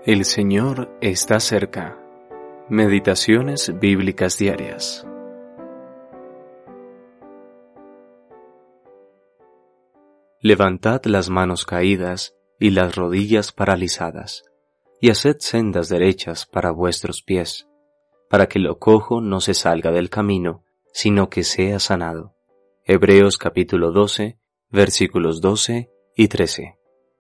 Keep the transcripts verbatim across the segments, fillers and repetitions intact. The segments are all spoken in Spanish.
El Señor está cerca. Meditaciones bíblicas diarias. Levantad las manos caídas y las rodillas paralizadas, y haced sendas derechas para vuestros pies, para que lo cojo no se salga del camino, sino que sea sanado. Hebreos capítulo doce, versículos doce y trece.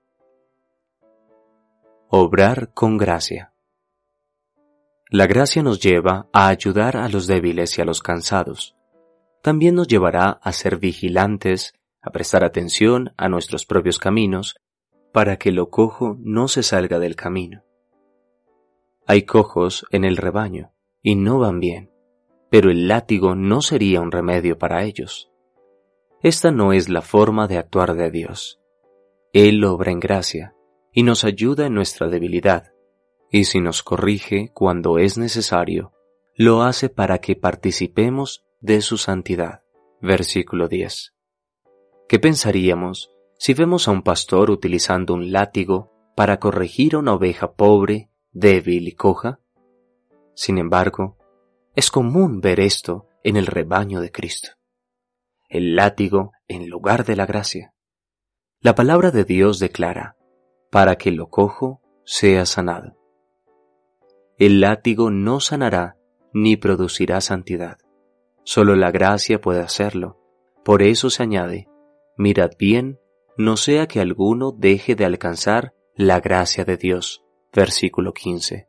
Obrar con gracia. La gracia nos lleva a ayudar a los débiles y a los cansados. También nos llevará a ser vigilantes, a prestar atención a nuestros propios caminos, para que lo cojo no se salga del camino. Hay cojos en el rebaño, y no van bien, pero el látigo no sería un remedio para ellos. Esta no es la forma de actuar de Dios. Él obra en gracia, y nos ayuda en nuestra debilidad, y si nos corrige cuando es necesario, lo hace para que participemos de su santidad. Versículo diez. ¿Qué pensaríamos si vemos a un pastor utilizando un látigo para corregir a una oveja pobre, débil y coja? Sin embargo, es común ver esto en el rebaño de Cristo. El látigo en lugar de la gracia. La palabra de Dios declara, para que lo cojo sea sanado. El látigo no sanará ni producirá santidad. Solo la gracia puede hacerlo. Por eso se añade, mirad bien, no sea que alguno deje de alcanzar la gracia de Dios. Versículo quince.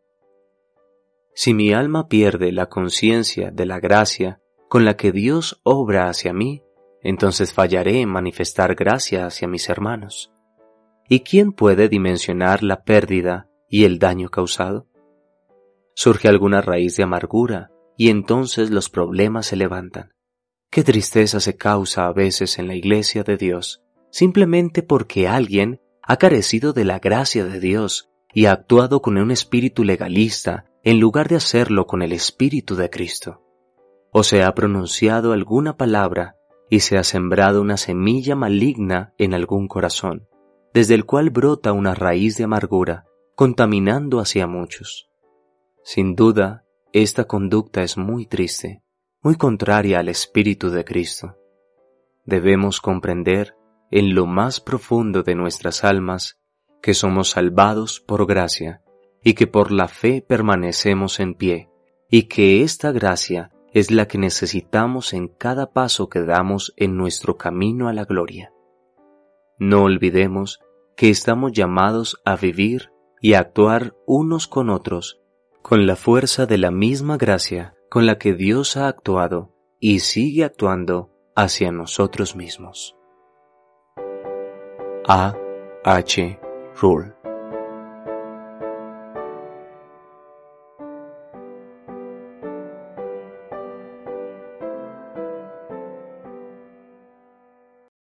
Si mi alma pierde la conciencia de la gracia con la que Dios obra hacia mí, entonces fallaré en manifestar gracia hacia mis hermanos. ¿Y quién puede dimensionar la pérdida y el daño causado? Surge alguna raíz de amargura y entonces los problemas se levantan. Qué tristeza se causa a veces en la iglesia de Dios, simplemente porque alguien ha carecido de la gracia de Dios y ha actuado con un espíritu legalista en lugar de hacerlo con el espíritu de Cristo. O se ha pronunciado alguna palabra y se ha sembrado una semilla maligna en algún corazón, desde el cual brota una raíz de amargura, contaminando hacia muchos. Sin duda, esta conducta es muy triste, muy contraria al Espíritu de Cristo. Debemos comprender, en lo más profundo de nuestras almas, que somos salvados por gracia, y que por la fe permanecemos en pie, y que esta gracia es la que necesitamos en cada paso que damos en nuestro camino a la gloria. No olvidemos que estamos llamados a vivir y a actuar unos con otros con la fuerza de la misma gracia con la que Dios ha actuado y sigue actuando hacia nosotros mismos. A. H. Ruhl.